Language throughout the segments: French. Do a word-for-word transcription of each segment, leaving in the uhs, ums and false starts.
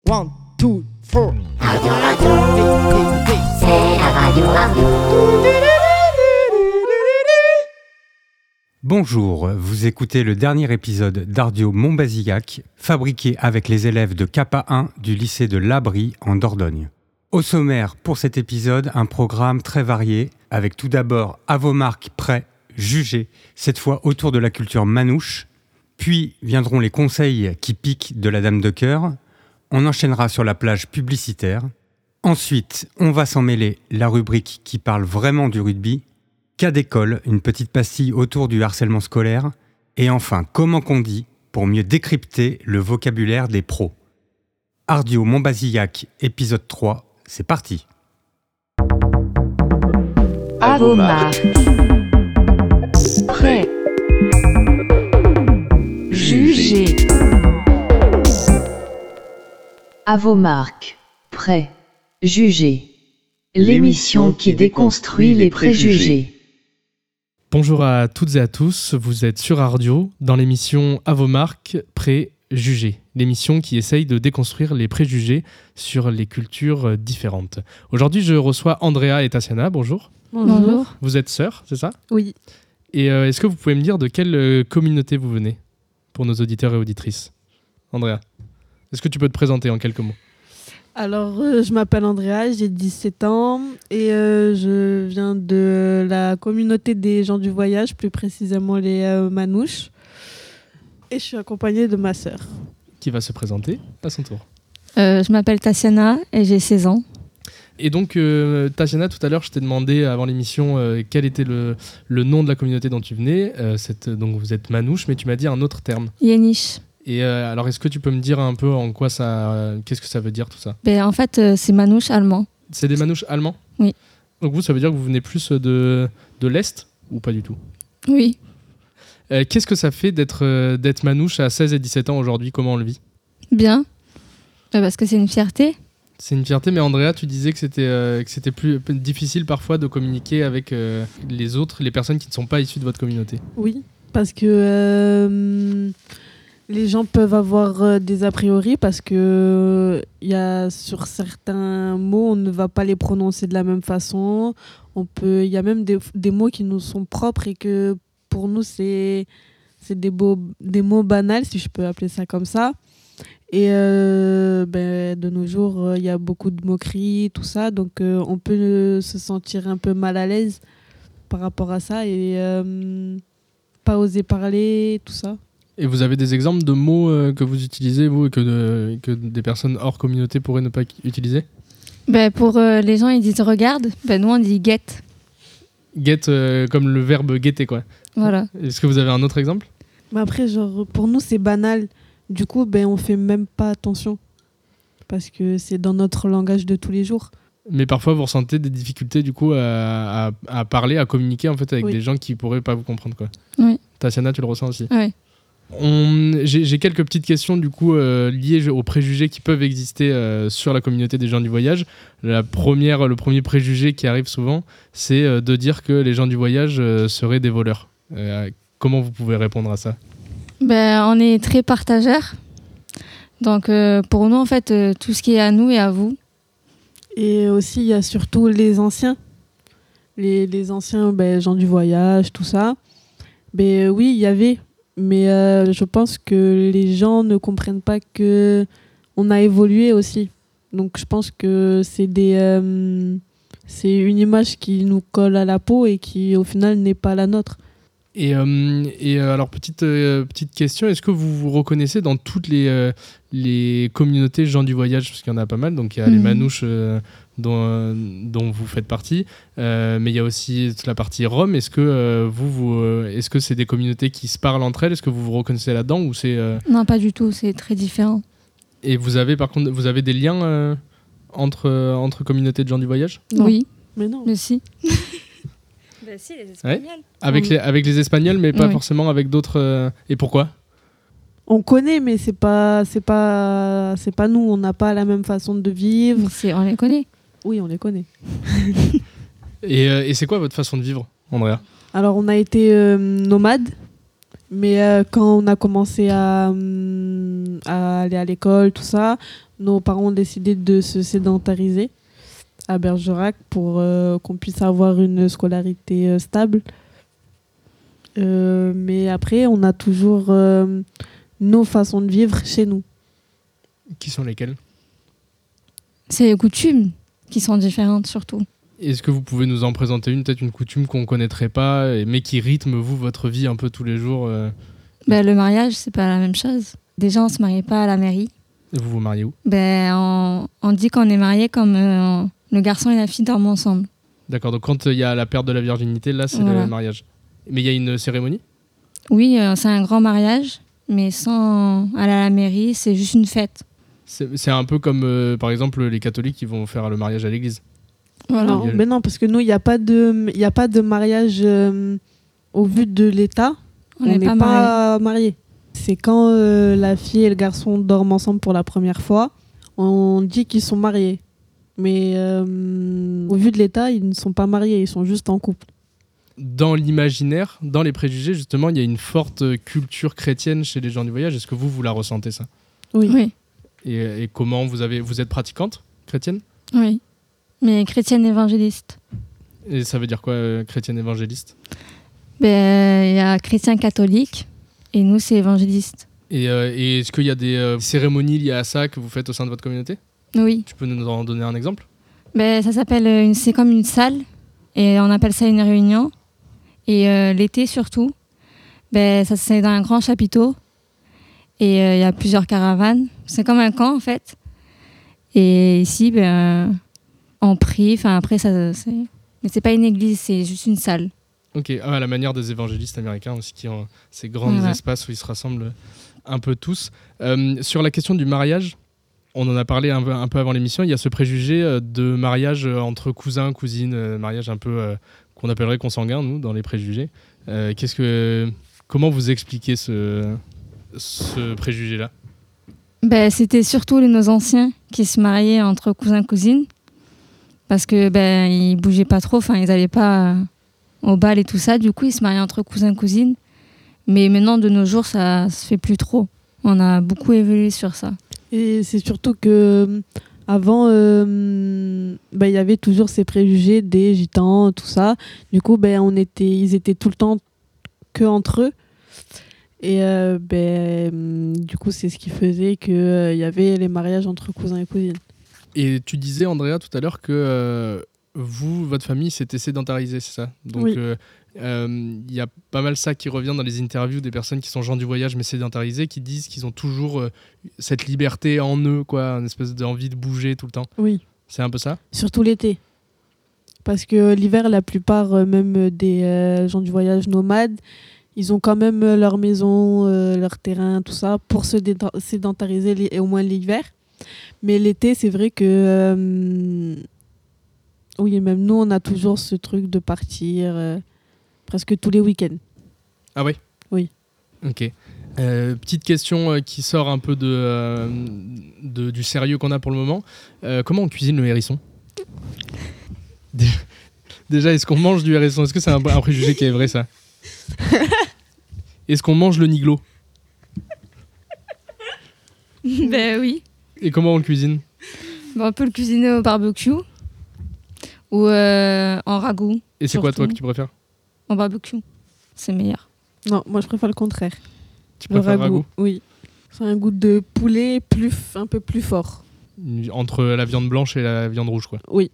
One, two, four. Radio, radio, c'est la radio, radio. Bonjour, vous écoutez le dernier épisode d'Ardio Montbazillac, fabriqué avec les élèves de K A un du lycée de Labrie en Dordogne. Au sommaire, pour cet épisode, un programme très varié, avec tout d'abord À vos marques, prêts, jugés, cette fois autour de la culture manouche. Puis viendront les conseils qui piquent de la Dame de Cœur. On enchaînera sur la plage publicitaire. Ensuite, on va s'en mêler la rubrique qui parle vraiment du rugby. Cas d'école, une petite pastille autour du harcèlement scolaire. Et enfin, comment qu'on dit pour mieux décrypter le vocabulaire des pros. Ardio Montbazillac, épisode trois, c'est parti. À vos marques. Prêts. Jugez. À vos marques. Prêts. Jugez. L'émission qui déconstruit les préjugés. Bonjour à toutes et à tous, vous êtes sur Ardio, dans l'émission À vos marques, prêts, jugez. L'émission qui essaye de déconstruire les préjugés sur les cultures différentes. Aujourd'hui, je reçois Andrea et Tatiana, bonjour. Bonjour. Vous êtes sœurs, c'est ça ? Oui. Et euh, est-ce que vous pouvez me dire de quelle euh, communauté vous venez, pour nos auditeurs et auditrices ? Andrea, est-ce que tu peux te présenter en quelques mots ? Alors, euh, je m'appelle Andrea, j'ai dix-sept ans et euh, je viens de la communauté des gens du voyage, plus précisément les euh, Manouches. Et je suis accompagnée de ma sœur. Qui va se présenter à son tour. Euh, je m'appelle Tatiana et j'ai seize ans. Et donc, euh, Tatiana, tout à l'heure, je t'ai demandé avant l'émission euh, quel était le, le nom de la communauté dont tu venais. Euh, cette, donc, vous êtes Manouche, mais tu m'as dit un autre terme. Yéniche. Et euh, alors, est-ce que tu peux me dire un peu en quoi ça, euh, qu'est-ce que ça veut dire tout ça ? Ben, en fait, euh, c'est Manouche allemand. C'est des Manouches allemands ? Oui. Donc vous, ça veut dire que vous venez plus de, de l'Est ou pas du tout ? Oui. Euh, qu'est-ce que ça fait d'être, euh, d'être Manouche à seize et dix-sept ans aujourd'hui ? Comment on le vit ? Bien. Ben, parce que c'est une fierté. C'est une fierté, mais Andrea, tu disais que c'était, euh, que c'était plus, plus difficile parfois de communiquer avec euh, les autres, les personnes qui ne sont pas issues de votre communauté. Oui, parce que euh, les gens peuvent avoir euh, des a priori parce que y a, sur certains mots, on ne va pas les prononcer de la même façon. On peut, il y a même des, des mots qui nous sont propres et que pour nous, c'est, c'est des, beaux, des mots banals, si je peux appeler ça comme ça. Et euh, ben, de nos jours, il euh, y a beaucoup de moqueries, tout ça. Donc, euh, on peut euh, se sentir un peu mal à l'aise par rapport à ça et euh, pas oser parler, tout ça. Et vous avez des exemples de mots euh, que vous utilisez, vous, et que, de, que des personnes hors communauté pourraient ne pas utiliser ? Ben, pour euh, les gens, ils disent regarde. Ben, nous, on dit guette. Guette, euh, comme le verbe guetter, quoi. Voilà. Est-ce que vous avez un autre exemple ? Mais après, genre, pour nous, c'est banal. Du coup, ben, on fait même pas attention parce que c'est dans notre langage de tous les jours. Mais parfois, vous ressentez des difficultés du coup à, à, à parler, à communiquer en fait avec oui. des gens qui pourraient pas vous comprendre, quoi. Oui. Tatiana, tu le ressens aussi ? Oui. On, j'ai, j'ai quelques petites questions du coup euh, liées aux préjugés qui peuvent exister euh, sur la communauté des gens du voyage. La première, le premier préjugé qui arrive souvent, c'est euh, de dire que les gens du voyage euh, seraient des voleurs. Euh, comment vous pouvez répondre à ça ? Ben, on est très partageurs. Donc, euh, pour nous, en fait, euh, tout ce qui est à nous est à vous. Et aussi, il y a surtout les anciens. Les, les anciens ben, gens du voyage, tout ça. Ben, oui, il y avait. Mais euh, je pense que les gens ne comprennent pas qu'on a évolué aussi. Donc, je pense que c'est, des, euh, c'est une image qui nous colle à la peau et qui, au final, n'est pas la nôtre. Et, euh, et euh, alors, petite, euh, petite question, est-ce que vous vous reconnaissez dans toutes les, euh, les communautés gens du voyage ? Parce qu'il y en a pas mal, donc il y a mmh. les Manouches euh, dont, euh, dont vous faites partie, euh, mais il y a aussi la partie Rome. Est-ce que, euh, vous, vous, euh, est-ce que c'est des communautés qui se parlent entre elles ? Est-ce que vous vous reconnaissez là-dedans ou c'est, euh... Non, pas du tout, c'est très différent. Et vous avez par contre vous avez des liens euh, entre, euh, entre communautés de gens du voyage ? Non. Oui, mais non. mais si. Bah si, les Espagnols. Ouais. Avec, oui. les, avec les Espagnols, mais pas oui. forcément avec d'autres... Euh... Et pourquoi ? On connaît, mais c'est pas, c'est pas, c'est pas nous. On n'a pas la même façon de vivre. C'est, on les connaît. Oui, on les connaît. et, euh, et c'est quoi votre façon de vivre, Andrea ? Alors, on a été euh, nomades. Mais euh, quand on a commencé à, hum, à aller à l'école, tout ça, nos parents ont décidé de se sédentariser à Bergerac pour euh, qu'on puisse avoir une scolarité euh, stable. Euh, mais après, on a toujours euh, nos façons de vivre chez nous. Qui sont lesquelles ? C'est les coutumes qui sont différentes surtout. Est-ce que vous pouvez nous en présenter une, peut-être une coutume qu'on ne connaîtrait pas, et- mais qui rythme, vous, votre vie un peu tous les jours euh, Ben, le mariage, c'est pas la même chose. Déjà, on se mariait pas à la mairie. et vous vous mariez où ? Ben, on, on dit qu'on est mariés comme euh, le garçon et la fille dorment ensemble. D'accord, donc quand il y a la perte de la virginité, là, c'est Voilà. le mariage. Mais il y a une cérémonie ? Oui, euh, c'est un grand mariage, mais sans aller à la mairie, c'est juste une fête. C'est c'est un peu comme, euh, par exemple, les catholiques qui vont faire le mariage à l'église. Voilà. Non, mais non, parce que nous, il n'y a pas de, il y a pas de mariage euh, au vu de l'État. On On n'est n'est pas, pas, mariés. mariés. C'est quand euh, la fille et le garçon dorment ensemble pour la première fois, on dit qu'ils sont mariés. Mais euh, au vu de l'État, ils ne sont pas mariés, ils sont juste en couple. Dans l'imaginaire, dans les préjugés, justement, il y a une forte culture chrétienne chez les gens du voyage. Est-ce que vous, vous la ressentez, ça ? Oui. Oui, et, et comment vous avez, vous êtes pratiquante chrétienne ? oui. Mais chrétienne évangéliste. Et ça veut dire quoi, euh, chrétienne évangéliste ? Ben, il y a chrétien catholique et nous, c'est évangéliste. Et, euh, et est-ce qu'il y a des euh, cérémonies liées à ça que vous faites au sein de votre communauté ? Oui. Tu peux nous en donner un exemple ? Ben, ça s'appelle une, c'est comme une salle et on appelle ça une réunion. Et euh, l'été surtout, ben, ça c'est dans un grand chapiteau et euh, il y a plusieurs caravanes. C'est comme un camp en fait. Et ici, ben, on prie. Enfin après ça, c'est... mais c'est pas une église, c'est juste une salle. Ok, ah, à la manière des évangélistes américains aussi, qui ont ces grands Voilà. espaces où ils se rassemblent un peu tous. Euh, sur la question du mariage, on en a parlé un peu, un peu avant l'émission, il y a ce préjugé euh, de mariage euh, entre cousins, cousines, euh, mariage un peu euh, qu'on appellerait consanguin, nous, dans les préjugés. Euh, qu'est-ce que, comment vous expliquez ce, ce préjugé-là ? Ben, c'était surtout les, nos anciens qui se mariaient entre cousins cousines parce que ben ils bougeaient pas trop, enfin ils allaient pas euh, au bal et tout ça. Du coup, ils se mariaient entre cousins cousines. Mais maintenant, de nos jours, ça se fait plus trop. On a beaucoup évolué sur ça. Et c'est surtout que euh, avant, euh, bah, il y avait toujours ces préjugés des gitans, tout ça. Du coup, ben, on était, ils étaient tout le temps que entre eux. Et euh, ben, du coup, c'est ce qui faisait qu'il euh, y avait les mariages entre cousins et cousines. Et tu disais, Andrea, tout à l'heure que euh, vous, votre famille, s'était sédentarisée, c'est ça ? Donc, Oui. euh, euh, y a pas mal ça qui revient dans les interviews des personnes qui sont gens du voyage mais sédentarisés, qui disent qu'ils ont toujours euh, cette liberté en eux, quoi, une espèce d'envie de bouger tout le temps. Oui, C'est un peu ça ? surtout l'été. Parce que l'hiver, la plupart, euh, même des euh, gens du voyage nomades, ils ont quand même euh, leur maison, euh, leur terrain, tout ça, pour se déda- sédentariser les- au moins l'hiver. Mais l'été, c'est vrai que... euh, oui, même nous, on a toujours ce truc de partir euh, presque tous les week-ends. Ah ouais ? Oui. Ok. Euh, petite question euh, qui sort un peu de, euh, de- du sérieux qu'on a pour le moment. Euh, comment on cuisine le hérisson ? Dé- Déjà, est-ce qu'on mange du hérisson ? Est-ce que c'est un, un préjugé qui est vrai, ça ? Est-ce qu'on mange le niglo ? Ben oui. Et comment on le cuisine ? Ben, on peut le cuisiner au barbecue ou euh, en ragoût. Et c'est quoi, toi, Surtout. que tu préfères ? En barbecue, c'est meilleur. Non, moi, je préfère le contraire. Tu préfères le ragoût ? Oui. C'est un goût de poulet plus, f- un peu plus fort. Entre la viande blanche et la viande rouge, quoi. Oui.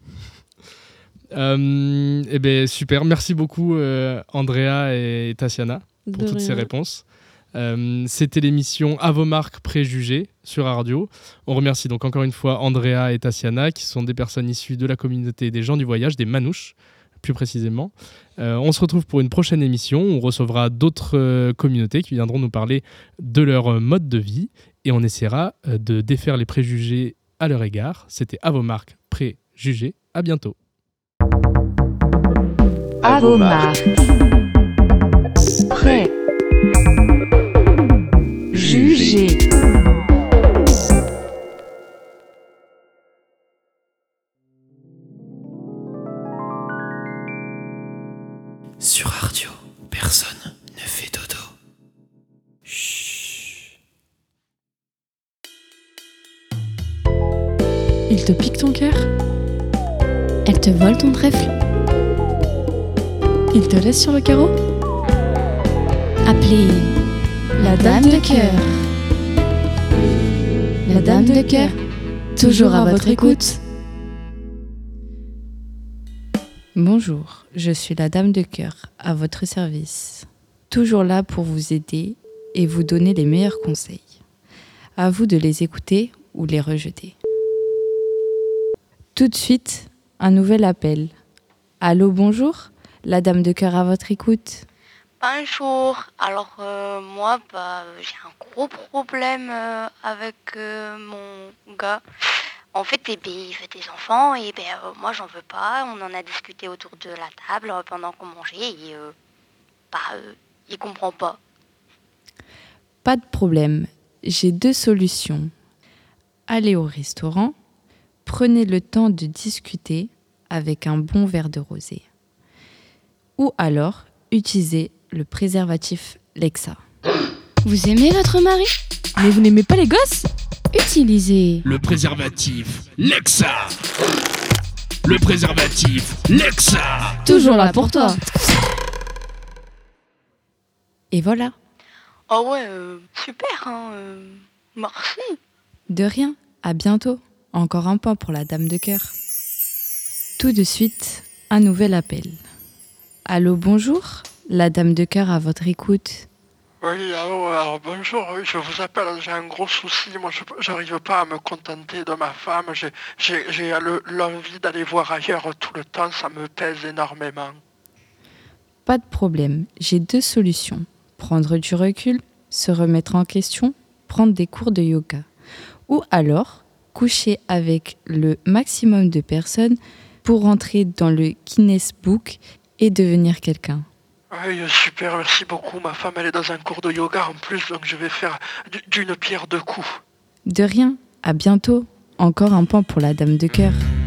Euh, eh ben super, merci beaucoup euh, Andrea et Tatiana pour De toutes ces rien. réponses. Euh, c'était l'émission À vos marques préjugés sur Ardio. On remercie donc encore une fois Andrea et Tatiana qui sont des personnes issues de la communauté des gens du voyage, des Manouches plus précisément. Euh, on se retrouve pour une prochaine émission. On recevra d'autres euh, communautés qui viendront nous parler de leur euh, mode de vie et on essaiera euh, de défaire les préjugés à leur égard. C'était À vos marques préjugés. À bientôt. À vos marques. Prêt. Jugez. Sur Ardio, personne ne fait dodo. Il te pique ton cœur? Elle te vole ton trèfle? Il te laisse sur le carreau? Appelez la dame de cœur. La dame de cœur, toujours à votre écoute. Bonjour, je suis la dame de cœur, à votre service. Toujours là pour vous aider et vous donner les meilleurs conseils. À vous de les écouter ou les rejeter. Tout de suite, un nouvel appel. Allô, bonjour, la dame de cœur à votre écoute. Bonjour, alors euh, moi bah, j'ai un gros problème euh, avec euh, mon gars. En fait, eh ben, il veut des enfants et ben, euh, moi j'en veux pas. On en a discuté autour de la table euh, pendant qu'on mangeait et euh, bah, euh, il comprend pas. Pas de problème, j'ai deux solutions. Allez au restaurant, prenez le temps de discuter avec un bon verre de rosé. Ou alors, utilisez le préservatif Lexa. Vous aimez votre mari? Mais vous n'aimez pas les gosses? Utilisez le préservatif Lexa. Le préservatif Lexa. Toujours là pour toi. Et voilà. Oh ouais, euh, super, hein, euh, merci. De rien, à bientôt. Encore un point pour la dame de cœur. Tout de suite, un nouvel appel. Allô, bonjour, la dame de cœur à votre écoute. Oui, allô, alors bonjour, oui, je vous appelle, j'ai un gros souci, moi je n'arrive pas à me contenter de ma femme, j'ai, j'ai, j'ai le, l'envie d'aller voir ailleurs tout le temps, ça me pèse énormément. Pas de problème, j'ai deux solutions. Prendre du recul, se remettre en question, prendre des cours de yoga. Ou alors, coucher avec le maximum de personnes pour rentrer dans le Guinness Book et devenir quelqu'un. Oui, super, merci beaucoup. Ma femme, elle est dans un cours de yoga en plus, donc je vais faire d'une pierre deux coups. De rien, à bientôt. Encore un point pour la dame de cœur.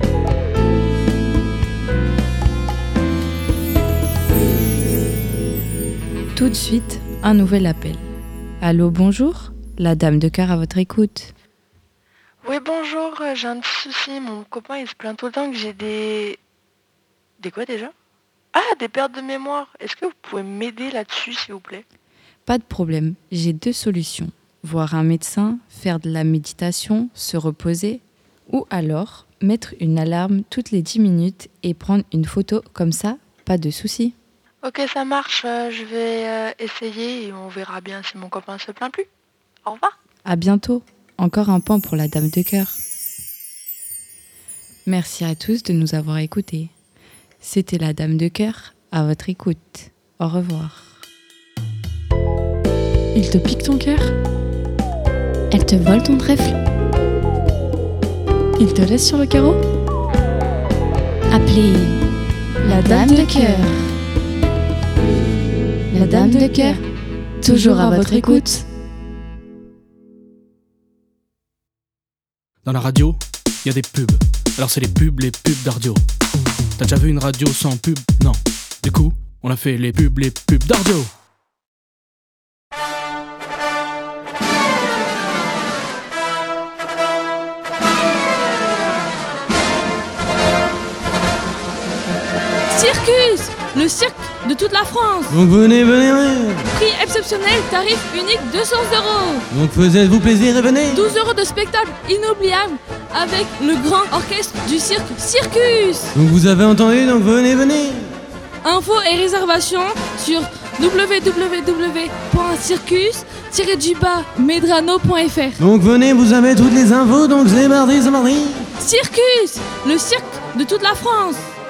Tout de suite, un nouvel appel. Allô, bonjour, la dame de cœur à votre écoute. Oui, bonjour, j'ai un petit souci. Mon copain, il se plaint tout le temps que j'ai des... Des quoi déjà? Ah, des pertes de mémoire. Est-ce que vous pouvez m'aider là-dessus, s'il vous plaît? Pas de problème, j'ai deux solutions. Voir un médecin, faire de la méditation, se reposer, ou alors mettre une alarme toutes les dix minutes et prendre une photo comme ça, pas de souci. Ok, ça marche, euh, je vais euh, essayer et on verra bien si mon copain se plaint plus. Au revoir. À bientôt. Encore un point pour la dame de cœur. Merci à tous de nous avoir écoutés. C'était la dame de cœur à votre écoute. Au revoir. Il te pique ton cœur? Elle te vole ton trèfle? Il te laisse sur le carreau? Appelez la dame de cœur. La dame de cœur, toujours à votre écoute. Dans la radio, il y a des pubs. Alors c'est les pubs, les pubs d'Ardio. T'as déjà vu une radio sans pub? Non. Du coup, on a fait les pubs, les pubs d'Ardio. Circus, le cirque de toute la France. Donc venez, venez, venez. Prix exceptionnel, tarif unique deux cents euros. Donc faites-vous plaisir et venez. douze euros de spectacle inoubliable avec le grand orchestre du cirque Circus. Donc vous avez entendu, donc venez, venez. Infos et réservations sur w w w point circus tiret du bas medrano point f r. Donc venez, vous avez toutes les infos, donc c'est mardi, c'est mardi. Circus, le cirque de toute la France.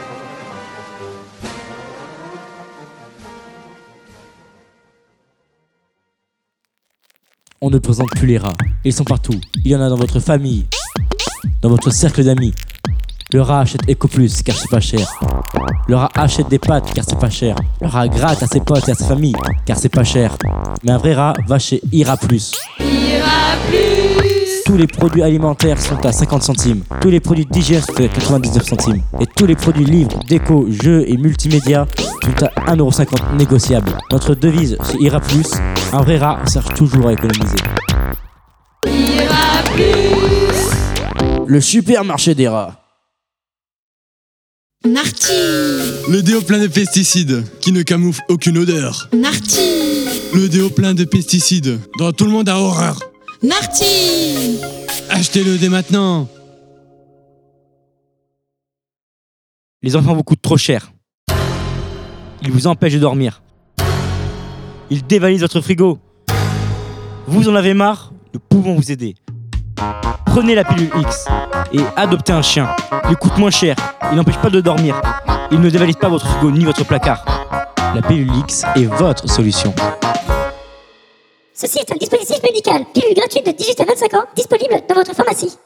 On ne présente plus les rats. Ils sont partout. Il y en a dans votre famille, dans votre cercle d'amis. Le rat achète EcoPlus car c'est pas cher. Le rat achète des pâtes car c'est pas cher. Le rat gratte à ses potes et à sa famille car c'est pas cher. Mais un vrai rat va chez Ira Plus. Ira Plus. Tous les produits alimentaires sont à cinquante centimes. Tous les produits d'hygiène sont à quatre-vingt-dix-neuf centimes. Et tous les produits livres, déco, jeux et multimédia sont à un euro cinquante négociables. Notre devise chez Ira Plus, un vrai rat cherche toujours à économiser. Ira Plus. Le supermarché des rats. Narty. Le déo plein de pesticides qui ne camoufle aucune odeur. Narty. Le déo plein de pesticides dont tout le monde a horreur. Narty. Achetez-le dès maintenant. Les enfants vous coûtent trop cher. Ils vous empêchent de dormir. Ils dévalisent votre frigo. Vous en avez marre? Nous pouvons vous aider. Prenez la pilule X et adoptez un chien. Il coûte moins cher, il n'empêche pas de dormir. Il ne dévalise pas votre frigo ni votre placard. La pilule X est votre solution. Ceci est un dispositif médical. Pilule gratuite de dix-huit à vingt-cinq ans, disponible dans votre pharmacie.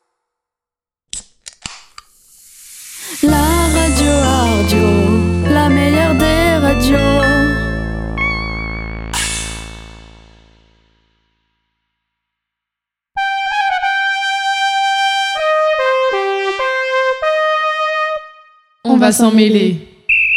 La radio Ardio, la meilleure des radios. On va s'en mêler.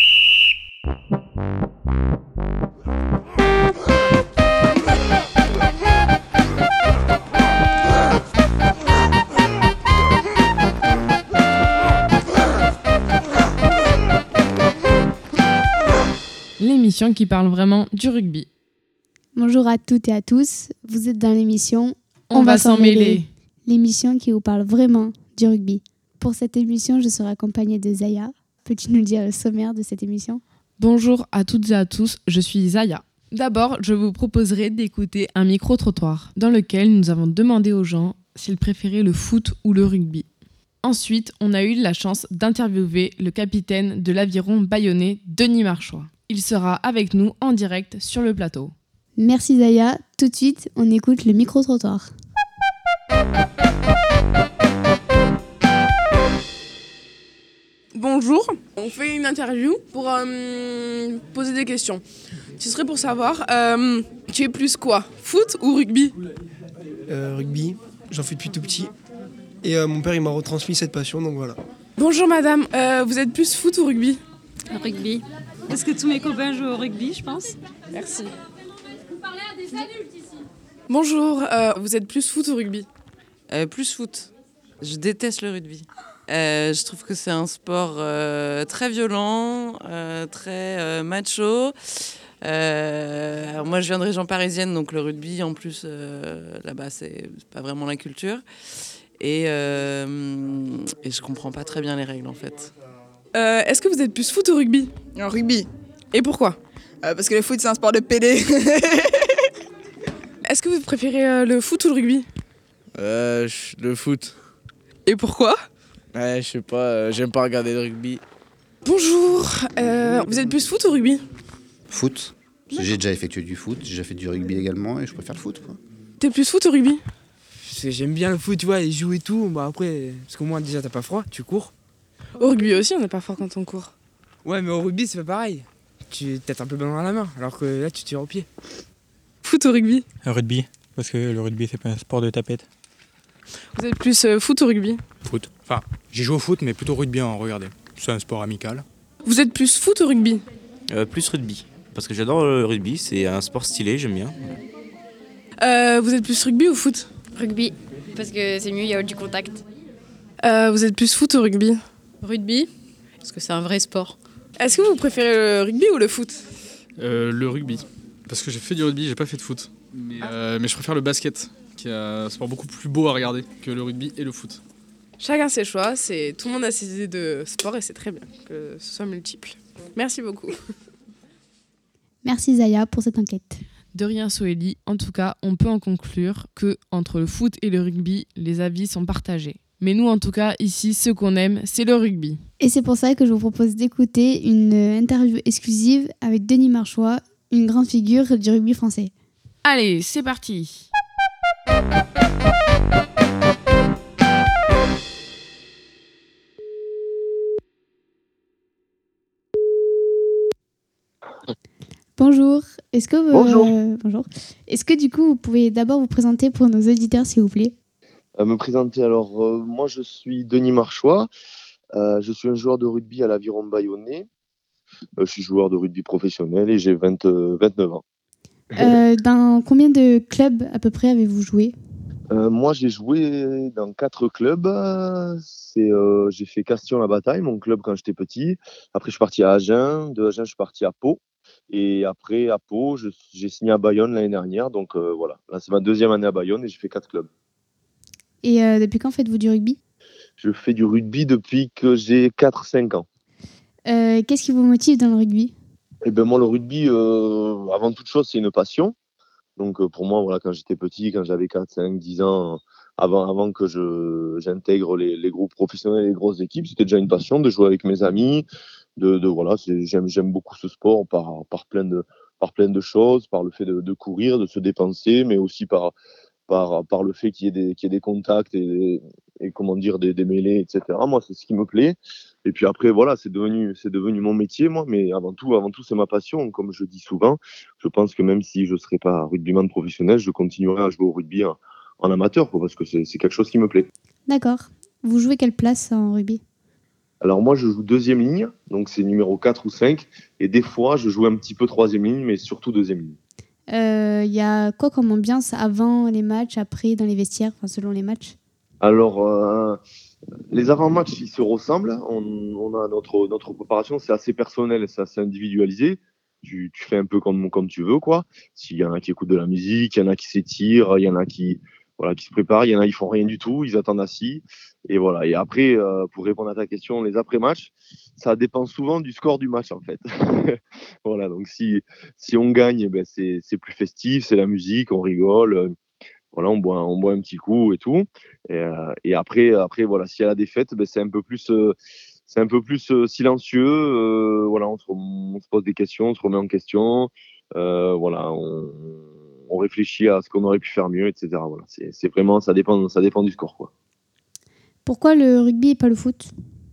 L'émission qui parle vraiment du rugby. Bonjour à toutes et à tous, vous êtes dans l'émission On, On va s'en mêler. mêler. L'émission qui vous parle vraiment du rugby. Pour cette émission, je serai accompagnée de Zaya. Peux-tu nous dire le sommaire de cette émission ? Bonjour à toutes et à tous, je suis Zaya. D'abord, je vous proposerai d'écouter un micro-trottoir dans lequel nous avons demandé aux gens s'ils préféraient le foot ou le rugby. Ensuite, on a eu la chance d'interviewer le capitaine de l'aviron bayonnais, Denis Marchois. Il sera avec nous en direct sur le plateau. Merci Zaya. Tout de suite, on écoute le micro-trottoir. Bonjour, on fait une interview pour euh, poser des questions. Ce serait pour savoir, euh, tu es plus quoi, foot ou rugby ? euh, Rugby, j'en fais depuis tout petit. Et euh, mon père il m'a retransmis cette passion, donc voilà. Bonjour madame, euh, vous êtes plus foot ou rugby ? Rugby. Parce que tous mes copains jouent au rugby, je pense. Merci. Vous parlez à des adultes ici. Bonjour, euh, vous êtes plus foot ou rugby ? euh, Plus foot. Je déteste le rugby. Euh, je trouve que c'est un sport euh, très violent, euh, très euh, macho. Euh, alors moi, je viens de région parisienne, donc le rugby, en plus, euh, là-bas, c'est pas vraiment la culture. Et, euh, et je comprends pas très bien les règles, en fait. Euh, est-ce que vous êtes plus foot ou rugby ? En rugby. Et pourquoi ? euh, Parce que le foot, c'est un sport de pédé. Est-ce que vous préférez euh, le foot ou le rugby ? euh, Le foot. Et pourquoi ? Ouais, je sais pas, euh, j'aime pas regarder le rugby. Bonjour, euh, vous êtes plus foot ou rugby ? Foot. J'ai déjà effectué du foot, j'ai déjà fait du rugby également et je préfère le foot, quoi. T'es plus foot ou rugby ? J'aime bien le foot, tu vois, et jouer et tout. Bah après, parce qu'au moins déjà t'as pas froid, tu cours. Au rugby aussi, on n'est pas fort quand on court. Ouais, mais au rugby c'est pas pareil. Tu t'as un peu ballon à la main, alors que là tu tires au pied. Foot ou rugby ? Rugby, parce que le rugby c'est pas un sport de tapette. Vous êtes plus euh, foot ou rugby ? Foot. Enfin, j'y joue au foot, mais plutôt rugby, hein, regardez. C'est un sport amical. Vous êtes plus foot ou rugby ? euh, Plus rugby. Parce que j'adore le rugby, c'est un sport stylé, j'aime bien. Euh, vous êtes plus rugby ou foot ? Rugby, parce que c'est mieux, il y a du contact. Euh, vous êtes plus foot ou rugby ? Rugby, parce que c'est un vrai sport. Est-ce que vous préférez le rugby ou le foot ? euh, Le rugby. Parce que j'ai fait du rugby, j'ai pas fait de foot. Mais, euh, mais je préfère le basket, qui est un sport beaucoup plus beau à regarder que le rugby et le foot. Chacun ses choix, c'est... tout le monde a ses idées de sport et c'est très bien que ce soit multiple. Merci beaucoup. Merci Zaya pour cette enquête. De rien Soélie, en tout cas, on peut en conclure que entre le foot et le rugby, les avis sont partagés. Mais nous, en tout cas, ici, ce qu'on aime, c'est le rugby. Et c'est pour ça que je vous propose d'écouter une interview exclusive avec Denis Marchois, une grande figure du rugby français. Allez, c'est parti. Bonjour. Est-ce que vous, bonjour. Euh, bonjour. Est-ce que du coup vous pouvez d'abord vous présenter pour nos auditeurs s'il vous plaît ? euh, Me présenter alors, euh, moi je suis Denis Marchois, euh, je suis un joueur de rugby à l'Aviron Bayonnais, euh, je suis joueur de rugby professionnel et j'ai vingt, euh, vingt-neuf ans. Euh, dans combien de clubs à peu près avez-vous joué ? Euh, moi, j'ai joué dans quatre clubs. C'est, euh, j'ai fait Castillon-la-Bataille, mon club quand j'étais petit. Après, je suis parti à Agen. De Agen, je suis parti à Pau. Et après, à Pau, je- j'ai signé à Bayonne l'année dernière. Donc euh, voilà, là, c'est ma deuxième année à Bayonne et j'ai fait quatre clubs. Et euh, depuis quand faites-vous du rugby? Je fais du rugby depuis que j'ai quatre cinq ans. Euh, Qu'est-ce qui vous motive dans le rugby? Et ben moi, le rugby, euh, avant toute chose, c'est une passion. Donc euh, pour moi, voilà, quand j'étais petit, quand j'avais quatre cinq dix ans, avant, avant que je, j'intègre les, les groupes professionnels et les grosses équipes, c'était déjà une passion de jouer avec mes amis. De, de voilà, c'est, j'aime, j'aime beaucoup ce sport par, par, plein de, par plein de choses, par le fait de, de courir, de se dépenser, mais aussi par, par, par le fait qu'il y ait des, qu'il y ait des contacts et, et comment dire, des, des mêlées, et cetera. Moi, c'est ce qui me plaît. Et puis après, voilà, c'est devenu, c'est devenu mon métier, moi, mais avant tout, avant tout, c'est ma passion. Comme je dis souvent, je pense que même si je ne serais pas rugbyman professionnel, je continuerai à jouer au rugby en, en amateur, quoi, parce que c'est, c'est quelque chose qui me plaît. D'accord. Vous jouez quelle place en rugby? Alors moi, je joue deuxième ligne, donc c'est numéro quatre ou cinq, et des fois, je joue un petit peu troisième ligne, mais surtout deuxième ligne. Il euh, y a quoi comme ambiance avant les matchs, après, dans les vestiaires, enfin, selon les matchs? Alors, euh, les avant-matchs, ils se ressemblent. On, on a notre, notre préparation, c'est assez personnel, c'est assez individualisé. Tu, tu fais un peu comme, comme tu veux, quoi. S'il y en a qui écoutent de la musique, il y en a qui s'étirent, il y en a qui, voilà, qui se préparent, il y en a qui font rien du tout, ils attendent assis. Et voilà. Et après, euh, pour répondre à ta question, les après-matchs, ça dépend souvent du score du match, en fait. Voilà. Donc, si, si on gagne, ben, c'est, c'est plus festif, c'est la musique, on rigole. Voilà, on boit, on boit un petit coup et tout. Et, euh, et après, après, voilà, s'il y a la défaite, ben, c'est un peu plus, euh, c'est un peu plus euh, silencieux. Euh, voilà, on se, on se pose des questions, on se remet en question. Euh, voilà, on, on réfléchit à ce qu'on aurait pu faire mieux, et cetera. Voilà, c'est, c'est vraiment, ça dépend, ça dépend du score, quoi. Pourquoi le rugby et pas le foot?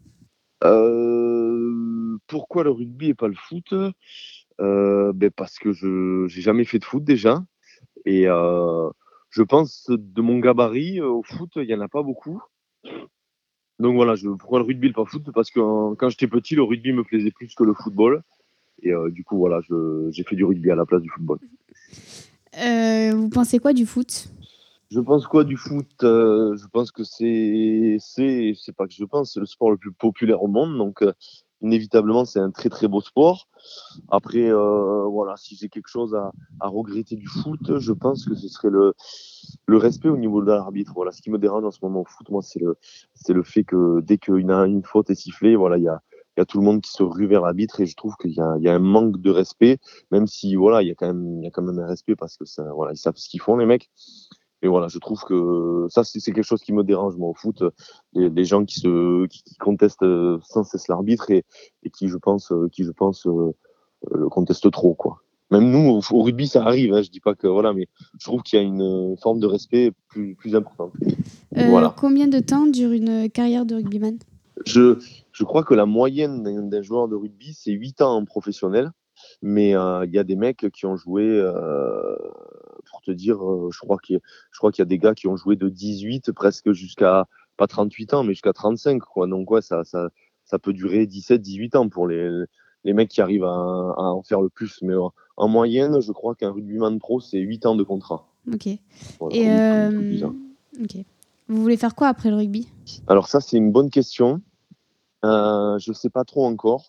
Euh, pourquoi le rugby et pas le foot? Euh, ben parce que je j'ai jamais fait de foot déjà. Et euh, je pense de mon gabarit euh, au foot, il n'y en a pas beaucoup. Donc voilà, je, pourquoi le rugby et pas le foot? Parce que euh, quand j'étais petit, le rugby me plaisait plus que le football. Et euh, du coup, voilà, je, j'ai fait du rugby à la place du football. Euh, vous pensez quoi du foot? Je pense quoi du foot? Euh, Je pense que c'est, c'est, c'est pas que je pense, c'est le sport le plus populaire au monde. Donc, euh, inévitablement, c'est un très très beau sport. Après, euh, voilà, si j'ai quelque chose à, à regretter du foot, je pense que ce serait le, le respect au niveau de l'arbitre. Voilà, ce qui me dérange en ce moment au foot, moi, c'est le, c'est le fait que dès qu'une une faute est sifflée, voilà, il y a, il y a tout le monde qui se rue vers l'arbitre et je trouve qu'il y a, il y a un manque de respect, même si, voilà, il y a quand même, il y a quand même un respect parce que ça, voilà, ils savent ce qu'ils font, les mecs. Et voilà, je trouve que ça, c'est, c'est quelque chose qui me dérange, moi, au foot. Les, les gens qui se, qui, qui contestent euh, sans cesse l'arbitre et, et qui, je pense, euh, qui, je pense, euh, le contestent trop, quoi. Même nous, au, au rugby, ça arrive, hein, je dis pas que, voilà, mais je trouve qu'il y a une euh, forme de respect plus, plus importante. Euh, Voilà. Combien de temps dure une carrière de rugbyman? Je, je crois que la moyenne d'un, d'un joueur de rugby, c'est huit ans en professionnel. Mais il euh, y a des mecs qui ont joué, euh, pour te dire, euh, je crois qu'il y, a, je crois qu'il y a des gars qui ont joué de dix-huit presque jusqu'à, pas trente-huit ans, mais jusqu'à trente-cinq, quoi. Donc, ouais, ça, ça, ça peut durer dix-sept, dix-huit ans pour les, les mecs qui arrivent à, à en faire le plus. Mais en, en moyenne, je crois qu'un rugbyman pro, c'est huit ans de contrat. Ok. Voilà, Et euh... ok. Vous voulez faire quoi après le rugby? Alors ça, c'est une bonne question. Euh, je ne sais pas trop encore.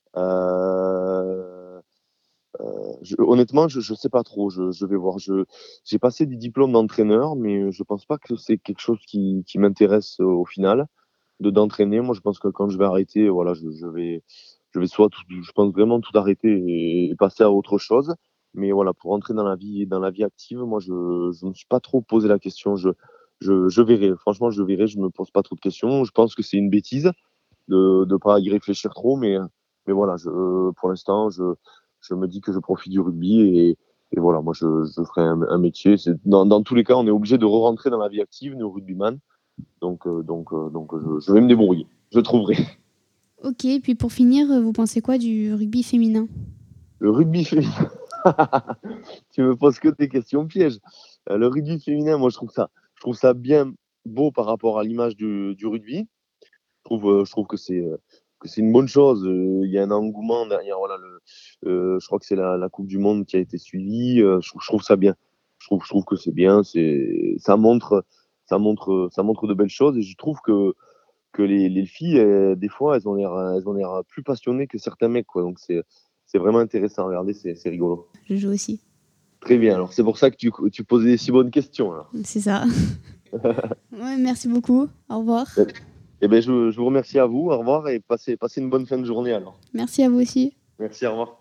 Euh, euh, je, honnêtement, je ne sais pas trop. Je, je vais voir. Je, j'ai passé des diplômes d'entraîneur, mais je ne pense pas que c'est quelque chose qui, qui m'intéresse au final, de d'entraîner. Moi, je pense que quand je vais arrêter, voilà, je, je vais, je vais soit, tout, je pense vraiment tout arrêter et, et passer à autre chose. Mais voilà, pour entrer dans la vie, dans la vie active, moi, je ne me suis pas trop posé la question. Je, je, je verrai. Franchement, je verrai. Je me pose pas trop de questions. Je pense que c'est une bêtise de ne pas y réfléchir trop, mais, mais voilà, je, pour l'instant, je, je me dis que je profite du rugby et, et voilà, moi, je, je ferai un, un métier. C'est, dans, dans tous les cas, on est obligé de re-rentrer dans la vie active, nous, rugbyman. Donc, euh, donc, euh, donc je, je vais me débrouiller. Je trouverai. Ok, et puis pour finir, vous pensez quoi du rugby féminin? Le rugby féminin Tu me poses que des questions pièges. Euh, le rugby féminin, moi, je trouve ça, je trouve ça bien beau par rapport à l'image du, du rugby. Je trouve, euh, je trouve que c'est euh, que c'est une bonne chose. Il euh, y a un engouement derrière. Voilà, le, euh, je crois que c'est la, la Coupe du Monde qui a été suivie. Euh, je, je trouve ça bien. je trouve, je trouve que c'est bien. C'est, ça montre, ça montre, ça montre de belles choses. Et je trouve que que les, les filles, elles, des fois, elles ont l'air, elles ont l'air plus passionnées que certains mecs, quoi. Donc c'est, c'est vraiment intéressant à regarder. C'est, c'est rigolo. Je joue aussi. Très bien. Alors c'est pour ça que tu, tu posais des si bonnes questions. Alors. C'est ça. Ouais, merci beaucoup. Au revoir. Eh ben, je, je vous remercie à vous. Au revoir et passez, passez une bonne fin de journée alors. Merci à vous aussi. Merci, au revoir.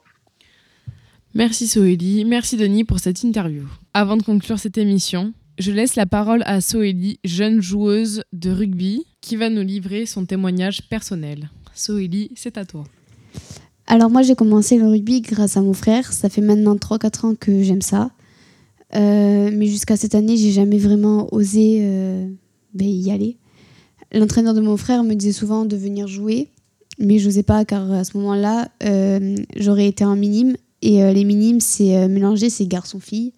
Merci Soélie, merci Denis pour cette interview. Avant de conclure cette émission, je laisse la parole à Soélie, jeune joueuse de rugby, qui va nous livrer son témoignage personnel. Soélie, c'est à toi. Alors moi j'ai commencé le rugby grâce à mon frère. Ça fait maintenant trois quatre ans que j'aime ça. Euh, mais jusqu'à cette année, j'ai jamais vraiment osé euh, ben, y aller. L'entraîneur de mon frère me disait souvent de venir jouer, mais je n'osais pas car à ce moment-là, euh, j'aurais été en minime. Et euh, les minimes, c'est euh, mélangé, c'est garçon-fille.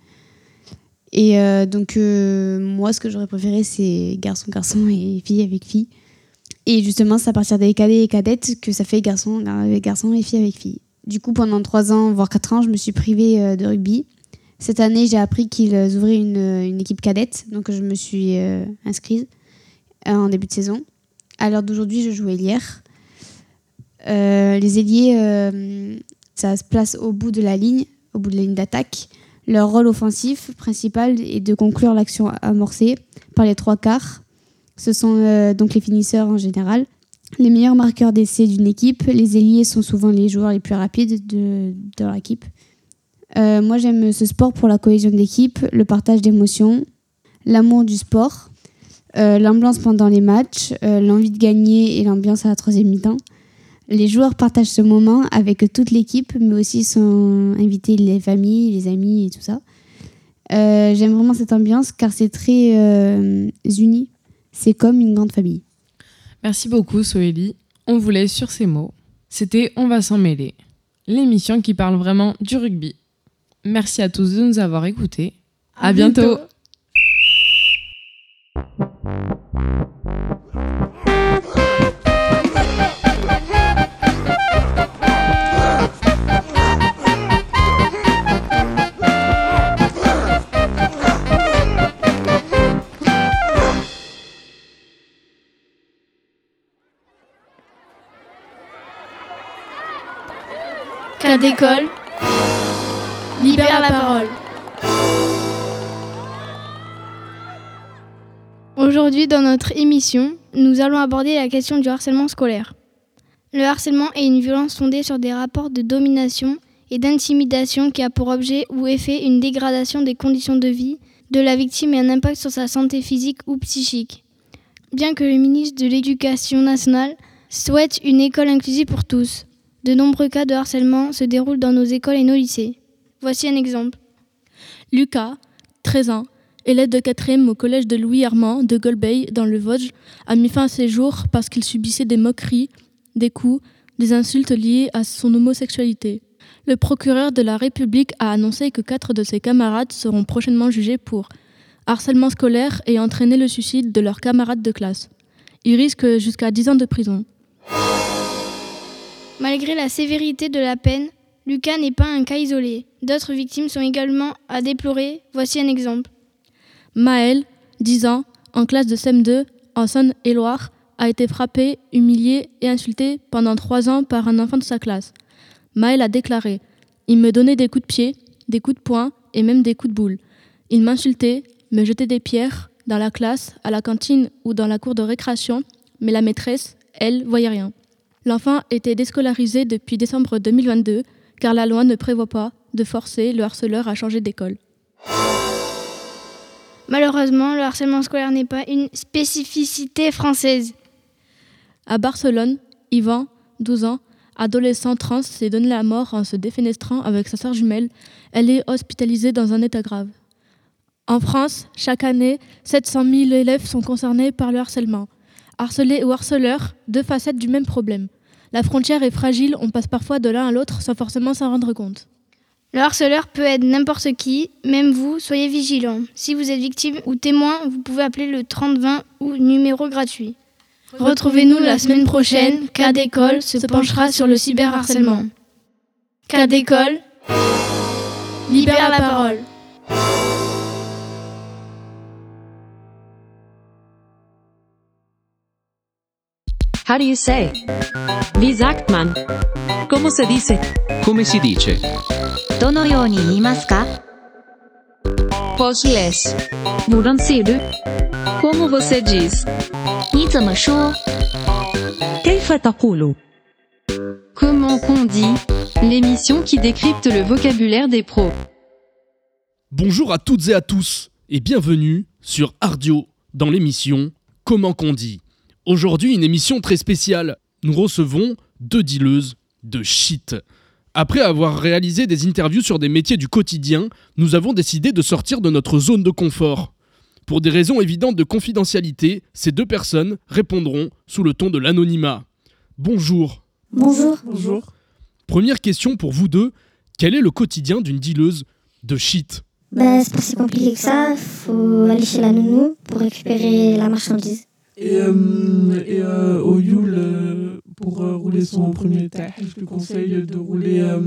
Et euh, donc, euh, moi, ce que j'aurais préféré, c'est garçon-garçon et fille avec fille. Et justement, c'est à partir des cadets et cadettes que ça fait garçon avec garçon et fille avec fille. Du coup, pendant trois ans, voire quatre ans, je me suis privée euh, de rugby. Cette année, j'ai appris qu'ils ouvraient une, une équipe cadette, donc je me suis euh, inscrite euh, en début de saison. À l'heure d'aujourd'hui, je joue ailière. Euh, les ailiers, euh, ça se place au bout de la ligne, au bout de la ligne d'attaque. Leur rôle offensif principal est de conclure l'action amorcée par les trois quarts. Ce sont euh, donc les finisseurs en général. Les meilleurs marqueurs d'essai d'une équipe, les ailiers sont souvent les joueurs les plus rapides de, de leur équipe. Euh, moi, j'aime ce sport pour la cohésion d'équipe, le partage d'émotions, l'amour du sport, euh, l'ambiance pendant les matchs, euh, l'envie de gagner et l'ambiance à la troisième mi-temps. Les joueurs partagent ce moment avec toute l'équipe, mais aussi sont invités les familles, les amis et tout ça. Euh, j'aime vraiment cette ambiance car c'est très euh, uni. C'est comme une grande famille. Merci beaucoup Soélie. On vous laisse sur ces mots. C'était On va s'en mêler, l'émission qui parle vraiment du rugby. Merci à tous de nous avoir écoutés. À, à bientôt. bientôt. Cas d'école, libère la parole. Aujourd'hui, dans notre émission, nous allons aborder la question du harcèlement scolaire. Le harcèlement est une violence fondée sur des rapports de domination et d'intimidation qui a pour objet ou effet une dégradation des conditions de vie de la victime et un impact sur sa santé physique ou psychique. Bien que le ministre de l'Éducation nationale souhaite une école inclusive pour tous, de nombreux cas de harcèlement se déroulent dans nos écoles et nos lycées. Voici un exemple. Lucas, treize ans, élève de quatrième au collège de Louis-Armand de Golbey dans le Vosges, a mis fin à ses jours parce qu'il subissait des moqueries, des coups, des insultes liées à son homosexualité. Le procureur de la République a annoncé que quatre de ses camarades seront prochainement jugés pour harcèlement scolaire et entraîné le suicide de leurs camarades de classe. Ils risquent jusqu'à dix ans de prison. Malgré la sévérité de la peine, Lucas n'est pas un cas isolé. D'autres victimes sont également à déplorer. Voici un exemple. Maël, dix ans, en classe de C E M deux, en Saône-et-Loire, a été frappé, humilié et insulté pendant trois ans par un enfant de sa classe. Maël a déclaré « Il me donnait des coups de pied, des coups de poing et même des coups de boule. Il m'insultait, me jetait des pierres dans la classe, à la cantine ou dans la cour de récréation, mais la maîtresse, elle, voyait rien. » L'enfant était déscolarisé depuis décembre deux mille vingt-deux, car la loi ne prévoit pas de forcer le harceleur à changer d'école. Malheureusement, le harcèlement scolaire n'est pas une spécificité française. À Barcelone, Yvan, douze ans, adolescent trans, s'est donné la mort en se défenestrant avec sa sœur jumelle. Elle est hospitalisée dans un état grave. En France, chaque année, sept cent mille élèves sont concernés par le harcèlement. Harcelés ou harceleurs, deux facettes du même problème. La frontière est fragile, on passe parfois de l'un à l'autre sans forcément s'en rendre compte. Le harceleur peut être n'importe qui, même vous, soyez vigilants. Si vous êtes victime ou témoin, vous pouvez appeler le trente vingt ou numéro gratuit. Retrouvez-nous la semaine prochaine, Cas d'école se penchera sur le cyberharcèlement. Cas d'école, libère la parole. How do you say? Wie sagt man? ¿Cómo se dice? Come si dice? どのように言いますか? Πώς λες? Hvordan siger du? Como você diz? 你怎么说? كيف تقول? Comment qu'on dit? L'émission qui décrypte le vocabulaire des pros. Bonjour à toutes et à tous et bienvenue sur Ardio dans l'émission Comment qu'on dit. Aujourd'hui, une émission très spéciale. Nous recevons deux dealeuses de shit. Après avoir réalisé des interviews sur des métiers du quotidien, nous avons décidé de sortir de notre zone de confort. Pour des raisons évidentes de confidentialité, ces deux personnes répondront sous le ton de l'anonymat. Bonjour. Bonjour. Bonjour. Première question pour vous deux. Quel est le quotidien d'une dealeuse de shit ? Bah, c'est pas si compliqué que ça. Faut aller chez la nounou pour récupérer la marchandise. Et, euh, et euh, au Yule, euh, pour euh, rouler son premier teh, je te conseille de rouler euh,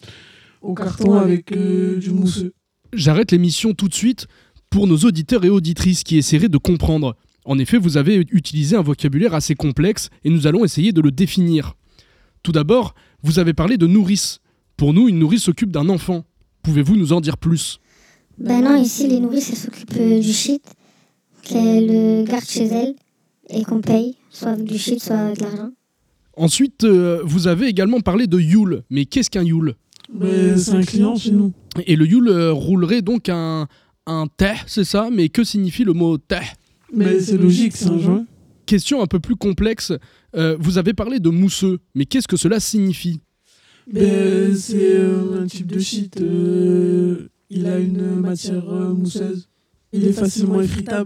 au carton avec euh, du mousseux. J'arrête l'émission tout de suite pour nos auditeurs et auditrices qui essaieraient de comprendre. En effet, vous avez utilisé un vocabulaire assez complexe et nous allons essayer de le définir. Tout d'abord, vous avez parlé de nourrice. Pour nous, une nourrice s'occupe d'un enfant. Pouvez-vous nous en dire plus ? Ben non, ici, les nourrices, elles s'occupent euh, du shit, qu'elles le gardent chez elles et qu'on paye, soit avec du shit, soit avec de l'argent. Ensuite, euh, vous avez également parlé de Yule. Mais qu'est-ce qu'un Yule ? Ben, c'est un client chez nous. Et le Yule euh, roulerait donc un, un teh, c'est ça ? Mais que signifie le mot teh ? Mais c'est logique, c'est un joint. Question un peu plus complexe. Euh, vous avez parlé de mousseux, mais qu'est-ce que cela signifie ? Ben, c'est euh, un type de shit. Euh, il a une matière euh, mousseuse. Il est facilement effritable.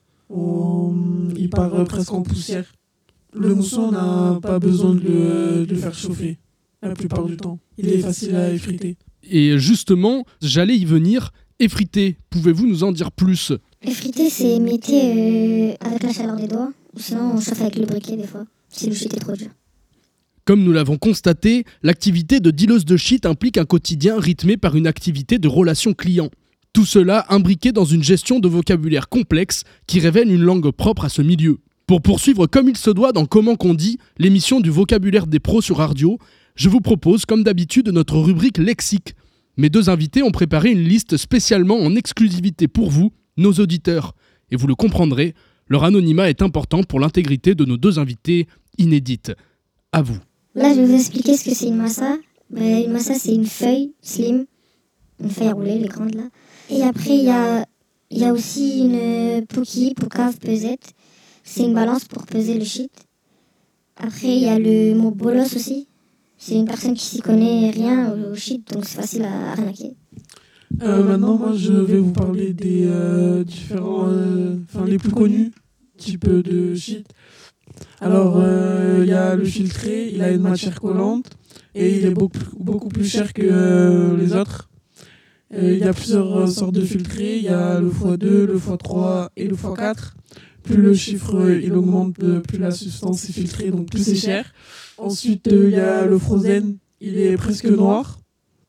On, il part euh, presque en poussière. Le mousseux, on n'a pas besoin de le, de le faire chauffer, la plupart du temps. Il est facile à effriter. Et justement, j'allais y venir. Effriter, pouvez-vous nous en dire plus ? Effriter, c'est mettre euh, avec la chaleur des doigts, ou sinon on chauffe avec le briquet des fois, si le shit est trop dur. Comme nous l'avons constaté, l'activité de dealeuse de shit implique un quotidien rythmé par une activité de relation client. Tout cela imbriqué dans une gestion de vocabulaire complexe qui révèle une langue propre à ce milieu. Pour poursuivre comme il se doit dans Comment qu'on dit, l'émission du vocabulaire des pros sur Ardio, je vous propose comme d'habitude notre rubrique lexique. Mes deux invités ont préparé une liste spécialement en exclusivité pour vous, nos auditeurs. Et vous le comprendrez, leur anonymat est important pour l'intégrité de nos deux invités inédites. À vous. Là, je vais vous expliquer ce que c'est une massa. Ben, une massa, c'est une feuille slim, une feuille à rouler, les grandes là. Et après, il y a, y a aussi une pouki, poucave, pesette. C'est une balance pour peser le shit. Après, il y a le mot bolos aussi. C'est une personne qui s'y connaît rien au shit, donc c'est facile à arnaquer. Euh, maintenant, moi, je vais vous parler des euh, différents, enfin euh, les plus connus types de shit. Alors, il euh, y a le filtré, il a une matière collante et il est beaucoup, beaucoup plus cher que euh, les autres. Il euh, y a plusieurs euh, sortes de filtrés, il y a le fois deux, le fois trois et le fois quatre. Plus le chiffre euh, il augmente, plus la substance est filtrée, donc plus c'est cher. Ensuite, il euh, y a le frozen, il est presque noir.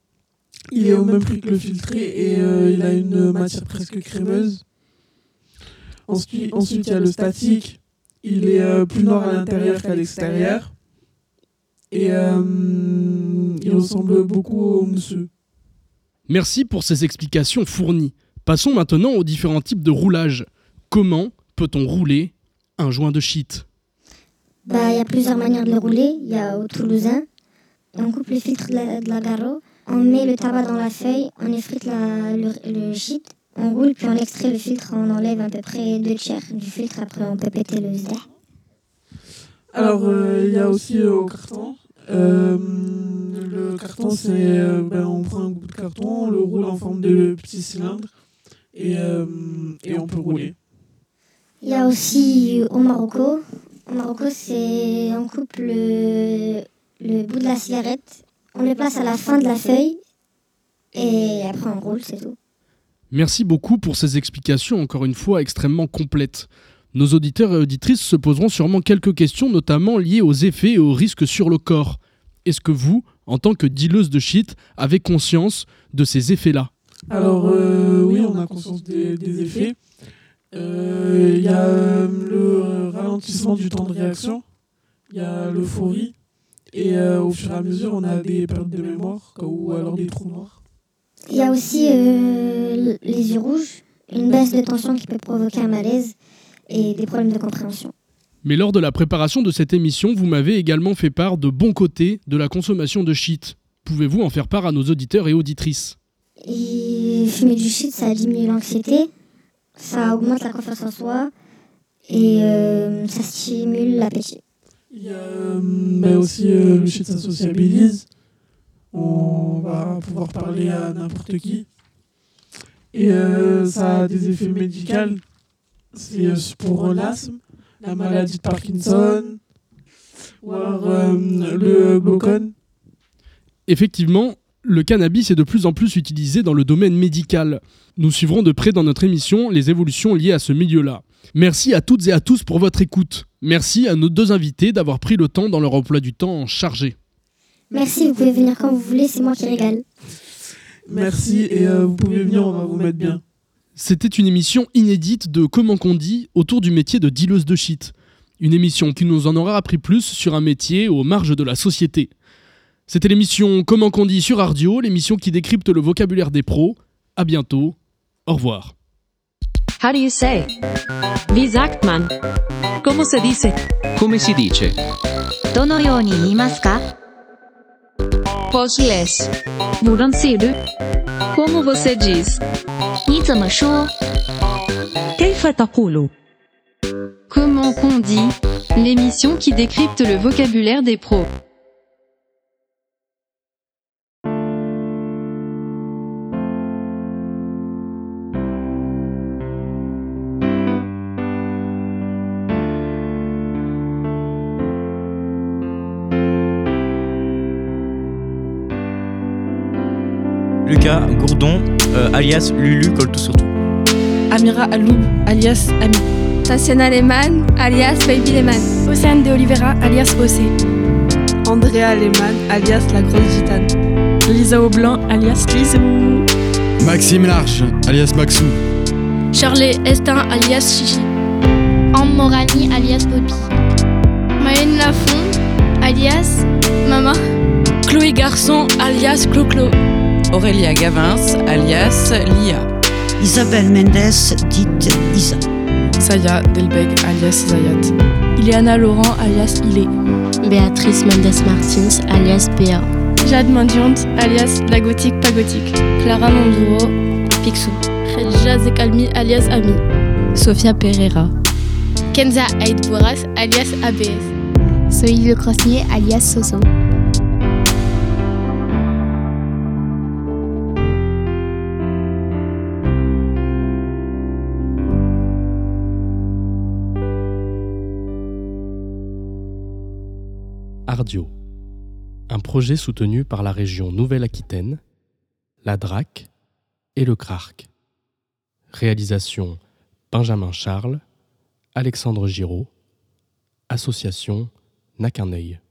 Il est au même prix que le filtré et euh, il a une matière presque crémeuse. Ensuite, ensuite il y a le statique. Il est euh, plus noir à l'intérieur qu'à l'extérieur. Et euh, il ressemble beaucoup au mousseux. Merci pour ces explications fournies. Passons maintenant aux différents types de roulage. Comment peut-on rouler un joint de shit ? Bah, y a plusieurs manières de le rouler. Il y a au toulousain. On coupe le filtre de la, de la garrot. On met le tabac dans la feuille. On effrite la, le, le shit. On roule, puis on extrait le filtre, on enlève à peu près deux tiers du filtre, après on peut péter le zé. Alors, il euh, y a aussi euh, au carton. Euh, le carton, c'est... Euh, ben, on prend un bout de carton, on le roule en forme de petit cylindre, et, euh, et on peut rouler. Il y a aussi au Marocco. Au Marocco, c'est... On coupe le, le bout de la cigarette, on le place à la fin de la feuille, et après on roule, c'est tout. Merci beaucoup pour ces explications, encore une fois extrêmement complètes. Nos auditeurs et auditrices se poseront sûrement quelques questions, notamment liées aux effets et aux risques sur le corps. Est-ce que vous, en tant que dealeuse de shit, avez conscience de ces effets-là ? Alors euh, oui, on a conscience des, des effets. Il euh, y a euh, le ralentissement du temps de réaction. il y a l'euphorie. Et euh, au fur et à mesure, on a des pertes de mémoire ou alors des trous noirs. Il y a aussi euh, les yeux rouges, une baisse de tension qui peut provoquer un malaise et des problèmes de compréhension. Mais lors de la préparation de cette émission, vous m'avez également fait part de bons côtés de la consommation de shit. Pouvez-vous en faire part à nos auditeurs et auditrices ? Et fumer du shit, ça diminue l'anxiété, ça augmente la confiance en soi et euh, ça stimule l'appétit. Il y a euh, mais aussi euh, le shit, ça sociabilise. On va pouvoir parler à n'importe qui. Et euh, ça a des effets médicaux. C'est euh, pour l'asthme, la maladie de Parkinson ou alors euh, le glaucome. Effectivement, le cannabis est de plus en plus utilisé dans le domaine médical. Nous suivrons de près dans notre émission les évolutions liées à ce milieu-là. Merci à toutes et à tous pour votre écoute. Merci à nos deux invités d'avoir pris le temps dans leur emploi du temps chargé. Merci, vous pouvez venir quand vous voulez, c'est moi qui régale. Merci et euh, vous pouvez venir, on va vous mettre bien. C'était une émission inédite de Comment qu'on dit autour du métier de dealeuse de shit. Une émission qui nous en aura appris plus sur un métier aux marges de la société. C'était l'émission Comment qu'on dit sur Ardio, l'émission qui décrypte le vocabulaire des pros. À bientôt. Au revoir. How do you say? Wie sagt man? ¿Cómo se dice? Come si dice? どのように言いますか? Pos les. Hvordan ser du? Como você diz? 你怎么说? كيف تقول? Comment qu'on dit? L'émission qui décrypte le vocabulaire des pros. Lucas Gourdon, euh, alias Lulu colle tout sur tout. Amira Aloub, alias Ami. Tatiana Lehmann, alias Baby Lehmann. Océane de Oliveira, alias Océ. Andrea Lehmann, alias La Grosse Gitane. Lisa Aublanc, alias Lisou. Maxime Larche, alias Maxou. Charlie Estin, alias Chichi. Anne Morani, alias Poppy. Maëlle Lafont, alias Mama. Chloé Garçon, alias Clo-Clo. Aurélia Gavins, alias Lia. Isabelle Mendes, dite Isa. Saya Delbecq, alias Zayat. Ileana Laurent, alias Ilé. Béatrice Mendes Martins, alias Béa. Jade Mendiante, alias La Gothique Pas Gothique. Clara Monduro, Picsou. Khadija Zekalmi, alias Ami. Sofia Pereira. Kenza Aïd Bourras, alias A B S. Soïl Le Crosnier, alias Sosan. Ardio, un projet soutenu par la région Nouvelle-Aquitaine, la D R A C et le C R A R C. Réalisation Benjamin Charles, Alexandre Giraud, Association Naquineuil.